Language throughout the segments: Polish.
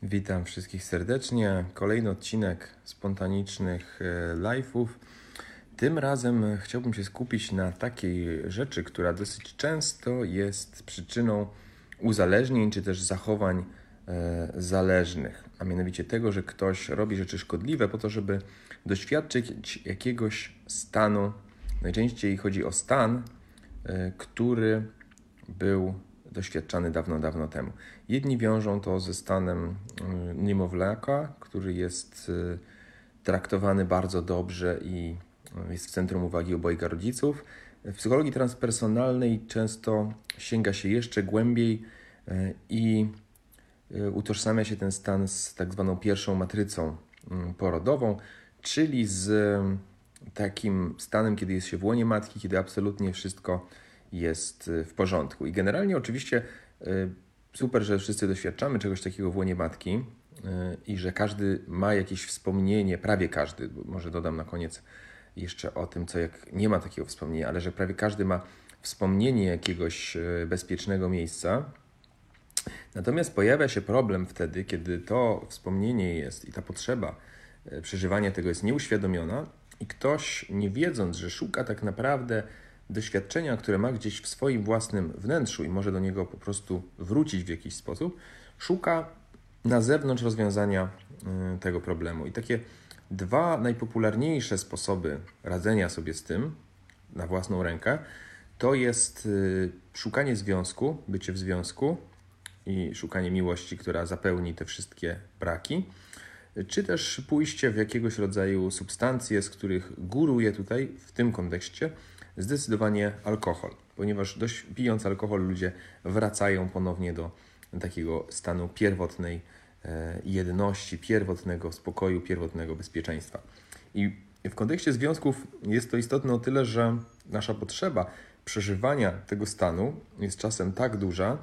Witam wszystkich serdecznie. Kolejny odcinek spontanicznych live'ów. Tym razem chciałbym się skupić na takiej rzeczy, która dosyć często jest przyczyną uzależnień czy też zachowań zależnych. A mianowicie tego, że ktoś robi rzeczy szkodliwe po to, żeby doświadczyć jakiegoś stanu. Najczęściej chodzi o stan, który był doświadczany dawno, dawno temu. Jedni wiążą to ze stanem niemowlaka, który jest traktowany bardzo dobrze i jest w centrum uwagi obojga rodziców. W psychologii transpersonalnej często sięga się jeszcze głębiej i utożsamia się ten stan z tak zwaną pierwszą matrycą porodową, czyli z takim stanem, kiedy jest się w łonie matki, kiedy absolutnie wszystko jest w porządku. I generalnie oczywiście super, że wszyscy doświadczamy czegoś takiego w łonie matki i że każdy ma jakieś wspomnienie, prawie każdy, może dodam na koniec jeszcze o tym, co jak nie ma takiego wspomnienia, ale że prawie każdy ma wspomnienie jakiegoś bezpiecznego miejsca. Natomiast pojawia się problem wtedy, kiedy to wspomnienie jest i ta potrzeba przeżywania tego jest nieuświadomiona i ktoś, nie wiedząc, że szuka tak naprawdę doświadczenia, które ma gdzieś w swoim własnym wnętrzu i może do niego po prostu wrócić w jakiś sposób, szuka na zewnątrz rozwiązania tego problemu. I takie dwa najpopularniejsze sposoby radzenia sobie z tym na własną rękę to jest szukanie związku, bycie w związku i szukanie miłości, która zapełni te wszystkie braki, czy też pójście w jakiegoś rodzaju substancje, z których góruje tutaj w tym kontekście zdecydowanie alkohol, ponieważ pijąc alkohol ludzie wracają ponownie do takiego stanu pierwotnej jedności, pierwotnego spokoju, pierwotnego bezpieczeństwa. I w kontekście związków jest to istotne o tyle, że nasza potrzeba przeżywania tego stanu jest czasem tak duża,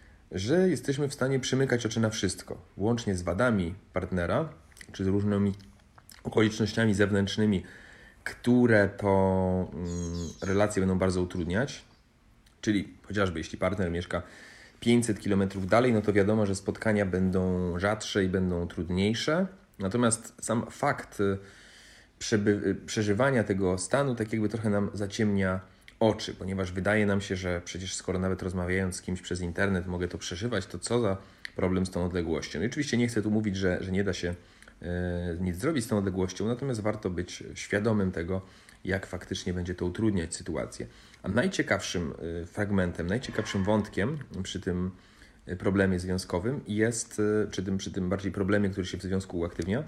że jesteśmy w stanie przymykać oczy na wszystko, łącznie z wadami partnera, czy z różnymi okolicznościami zewnętrznymi, które to relacje będą bardzo utrudniać. Czyli chociażby jeśli partner mieszka 500 km dalej, no to wiadomo, że spotkania będą rzadsze i będą trudniejsze. Natomiast sam fakt przeżywania tego stanu tak jakby trochę nam zaciemnia oczy, ponieważ wydaje nam się, że przecież skoro nawet rozmawiając z kimś przez internet mogę to przeżywać, to co za problem z tą odległością. No i oczywiście nie chcę tu mówić, że nie da się nic zrobić z tą odległością, natomiast warto być świadomym tego, jak faktycznie będzie to utrudniać sytuację. A najciekawszym fragmentem, najciekawszym wątkiem przy tym problemie związkowym jest, przy tym bardziej problemie, który się w związku uaktywnia,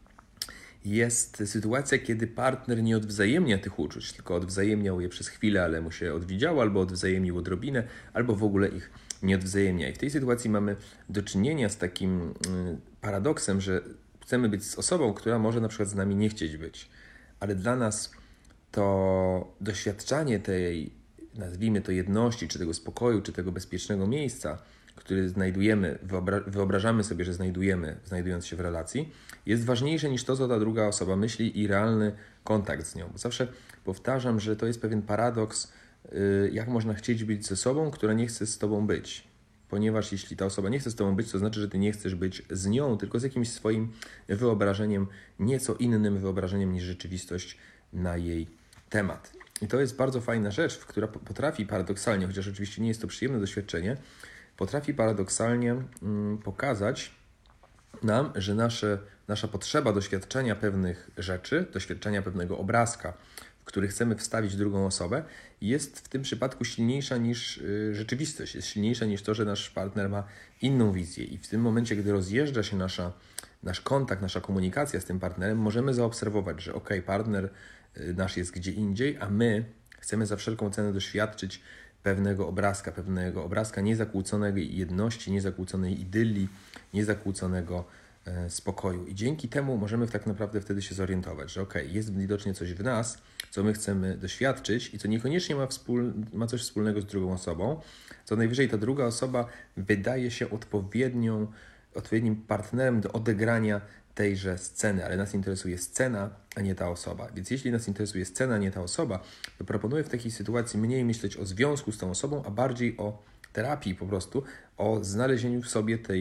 jest sytuacja, kiedy partner nie odwzajemnia tych uczuć, tylko odwzajemniał je przez chwilę, ale mu się odwidziało, albo odwzajemnił odrobinę, albo w ogóle ich nie odwzajemnia. I w tej sytuacji mamy do czynienia z takim paradoksem, że chcemy być z osobą, która może na przykład z nami nie chcieć być, ale dla nas to doświadczanie tej, nazwijmy to jedności, czy tego spokoju, czy tego bezpiecznego miejsca, który znajdujemy, wyobrażamy sobie, że znajdujemy, znajdując się w relacji, jest ważniejsze niż to, co ta druga osoba myśli i realny kontakt z nią. Bo zawsze powtarzam, że to jest pewien paradoks, jak można chcieć być ze sobą, która nie chce z tobą być. Ponieważ jeśli ta osoba nie chce z tobą być, to znaczy, że ty nie chcesz być z nią, tylko z jakimś swoim wyobrażeniem, nieco innym wyobrażeniem niż rzeczywistość na jej temat. I to jest bardzo fajna rzecz, która potrafi paradoksalnie, chociaż oczywiście nie jest to przyjemne doświadczenie, potrafi paradoksalnie pokazać nam, że nasza potrzeba doświadczenia pewnych rzeczy, doświadczenia pewnego obrazka, w który chcemy wstawić drugą osobę, jest w tym przypadku silniejsza niż rzeczywistość, jest silniejsza niż to, że nasz partner ma inną wizję. I w tym momencie, gdy rozjeżdża się nasz kontakt, nasza komunikacja z tym partnerem, możemy zaobserwować, że partner nasz jest gdzie indziej, a my chcemy za wszelką cenę doświadczyć pewnego obrazka niezakłóconej jedności, niezakłóconej idylii, niezakłóconego spokoju. I dzięki temu możemy tak naprawdę wtedy się zorientować, że jest widocznie coś w nas, co my chcemy doświadczyć i co niekoniecznie ma coś wspólnego z drugą osobą. Co najwyżej ta druga osoba wydaje się odpowiednim partnerem do odegrania tejże sceny, ale nas interesuje scena, a nie ta osoba. Więc jeśli nas interesuje scena, a nie ta osoba, to proponuję w takiej sytuacji mniej myśleć o związku z tą osobą, a bardziej o terapii po prostu, o znalezieniu w sobie tej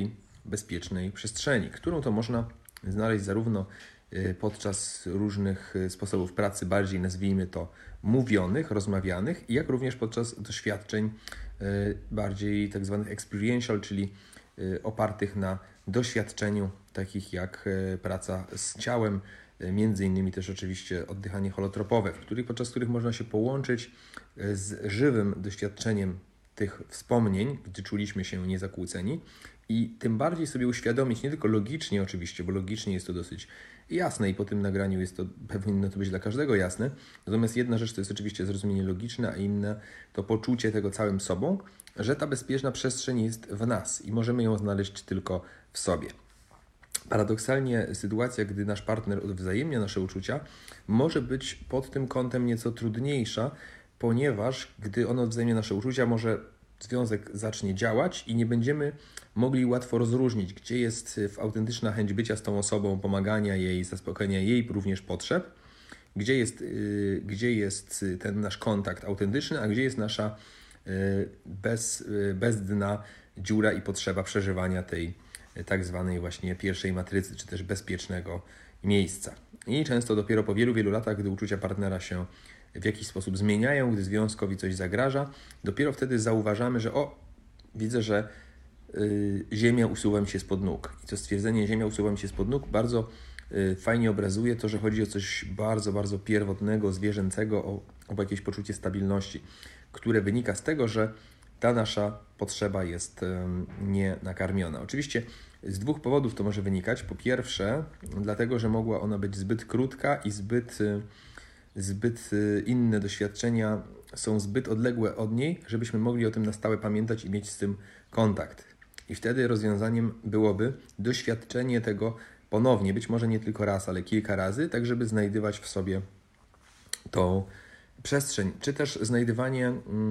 bezpiecznej przestrzeni, którą to można znaleźć zarówno podczas różnych sposobów pracy, bardziej nazwijmy to mówionych, rozmawianych, jak również podczas doświadczeń bardziej tak zwanych experiential, czyli opartych na doświadczeniu, takich jak praca z ciałem, między innymi też oczywiście oddychanie holotropowe, podczas których można się połączyć z żywym doświadczeniem tych wspomnień, gdy czuliśmy się niezakłóceni i tym bardziej sobie uświadomić, nie tylko logicznie oczywiście, bo logicznie jest to dosyć jasne i po tym nagraniu jest to, powinno to być dla każdego jasne, natomiast jedna rzecz to jest oczywiście zrozumienie logiczne, a inna to poczucie tego całym sobą, że ta bezpieczna przestrzeń jest w nas i możemy ją znaleźć tylko w sobie. Paradoksalnie sytuacja, gdy nasz partner odwzajemnia nasze uczucia, może być pod tym kątem nieco trudniejsza, ponieważ gdy on odwzajemnia nasze uczucia, może związek zacznie działać i nie będziemy mogli łatwo rozróżnić, gdzie jest autentyczna chęć bycia z tą osobą, pomagania jej, zaspokojenia jej również potrzeb, gdzie jest ten nasz kontakt autentyczny, a gdzie jest nasza bez dna dziura i potrzeba przeżywania tej tak zwanej właśnie pierwszej matrycy, czy też bezpiecznego miejsca. I często dopiero po wielu, wielu latach, gdy uczucia partnera się w jakiś sposób zmieniają, gdy związkowi coś zagraża, dopiero wtedy zauważamy, że widzę, że ziemia usuwa mi się spod nóg. I to stwierdzenie ziemia usuwa mi się spod nóg bardzo fajnie obrazuje to, że chodzi o coś bardzo, bardzo pierwotnego, zwierzęcego, o jakieś poczucie stabilności, które wynika z tego, że ta nasza potrzeba jest nienakarmiona. Oczywiście z dwóch powodów to może wynikać. Po pierwsze, dlatego, że mogła ona być zbyt krótka i zbyt inne doświadczenia są zbyt odległe od niej, żebyśmy mogli o tym na stałe pamiętać i mieć z tym kontakt. I wtedy rozwiązaniem byłoby doświadczenie tego ponownie, być może nie tylko raz, ale kilka razy, tak żeby znajdywać w sobie tą przestrzeń, czy też znajdywanie,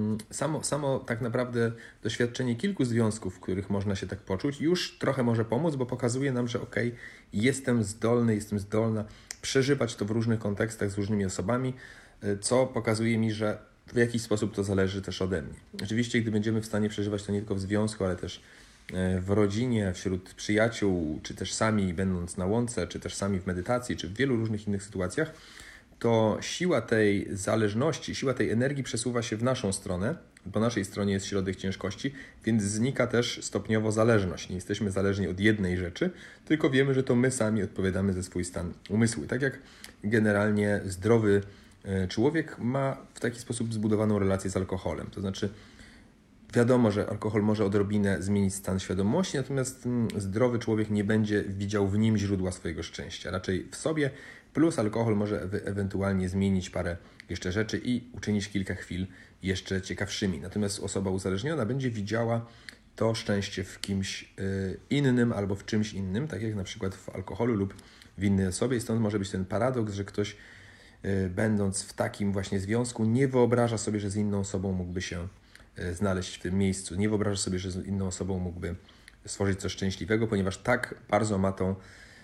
samo tak naprawdę doświadczenie kilku związków, w których można się tak poczuć, już trochę może pomóc, bo pokazuje nam, że jestem zdolna przeżywać to w różnych kontekstach z różnymi osobami, co pokazuje mi, że w jakiś sposób to zależy też ode mnie. Oczywiście, gdy będziemy w stanie przeżywać to nie tylko w związku, ale też w rodzinie, wśród przyjaciół, czy też sami będąc na łące, czy też sami w medytacji, czy w wielu różnych innych sytuacjach, to siła tej zależności, siła tej energii przesuwa się w naszą stronę. Po naszej stronie jest środek ciężkości, więc znika też stopniowo zależność. Nie jesteśmy zależni od jednej rzeczy, tylko wiemy, że to my sami odpowiadamy za swój stan umysłu. I tak jak generalnie zdrowy człowiek ma w taki sposób zbudowaną relację z alkoholem. To znaczy wiadomo, że alkohol może odrobinę zmienić stan świadomości, natomiast zdrowy człowiek nie będzie widział w nim źródła swojego szczęścia. Raczej w sobie, plus alkohol może ewentualnie zmienić parę jeszcze rzeczy i uczynić kilka chwil jeszcze ciekawszymi. Natomiast osoba uzależniona będzie widziała to szczęście w kimś innym albo w czymś innym, tak jak na przykład w alkoholu lub w innej osobie. I stąd może być ten paradoks, że ktoś będąc w takim właśnie związku nie wyobraża sobie, że z inną osobą mógłby się znaleźć w tym miejscu. Nie wyobraża sobie, że z inną osobą mógłby stworzyć coś szczęśliwego, ponieważ tak bardzo ma tą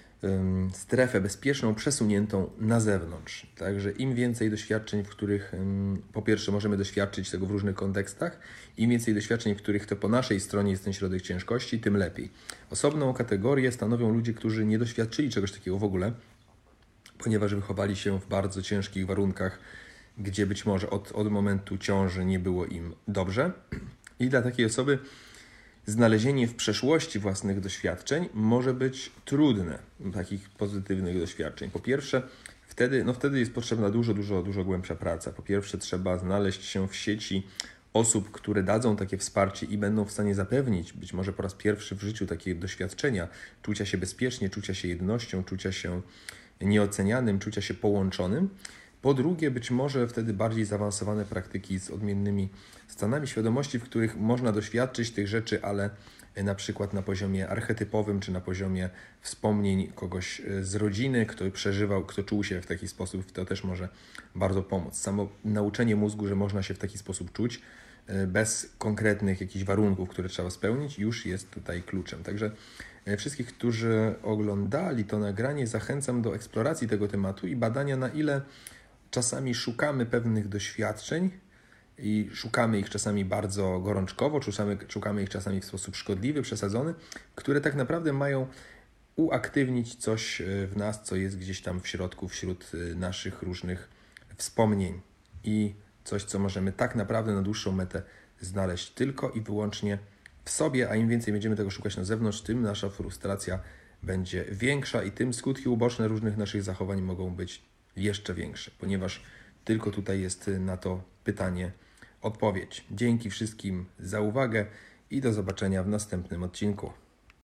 strefę bezpieczną przesuniętą na zewnątrz. Także im więcej doświadczeń, w których po pierwsze możemy doświadczyć tego w różnych kontekstach, im więcej doświadczeń, w których to po naszej stronie jest ten środek ciężkości, tym lepiej. Osobną kategorię stanowią ludzie, którzy nie doświadczyli czegoś takiego w ogóle, ponieważ wychowali się w bardzo ciężkich warunkach, gdzie być może od momentu ciąży nie było im dobrze. I dla takiej osoby znalezienie w przeszłości własnych doświadczeń może być trudne, takich pozytywnych doświadczeń. Po pierwsze, wtedy jest potrzebna dużo głębsza praca. Po pierwsze, trzeba znaleźć się w sieci osób, które dadzą takie wsparcie i będą w stanie zapewnić, być może po raz pierwszy w życiu, takie doświadczenia, czucia się bezpiecznie, czucia się jednością, czucia się nieocenianym, czucia się połączonym. Po drugie, być może wtedy bardziej zaawansowane praktyki z odmiennymi stanami świadomości, w których można doświadczyć tych rzeczy, ale na przykład na poziomie archetypowym, czy na poziomie wspomnień kogoś z rodziny, kto przeżywał, kto czuł się w taki sposób, to też może bardzo pomóc. Samo nauczenie mózgu, że można się w taki sposób czuć, bez konkretnych jakichś warunków, które trzeba spełnić, już jest tutaj kluczem. Także wszystkich, którzy oglądali to nagranie, zachęcam do eksploracji tego tematu i badania, na ile czasami szukamy pewnych doświadczeń i szukamy ich czasami bardzo gorączkowo, szukamy ich czasami w sposób szkodliwy, przesadzony, które tak naprawdę mają uaktywnić coś w nas, co jest gdzieś tam w środku, wśród naszych różnych wspomnień i coś, co możemy tak naprawdę na dłuższą metę znaleźć tylko i wyłącznie w sobie, a im więcej będziemy tego szukać na zewnątrz, tym nasza frustracja będzie większa i tym skutki uboczne różnych naszych zachowań mogą być jeszcze większe, ponieważ tylko tutaj jest na to pytanie odpowiedź. Dzięki wszystkim za uwagę i do zobaczenia w następnym odcinku.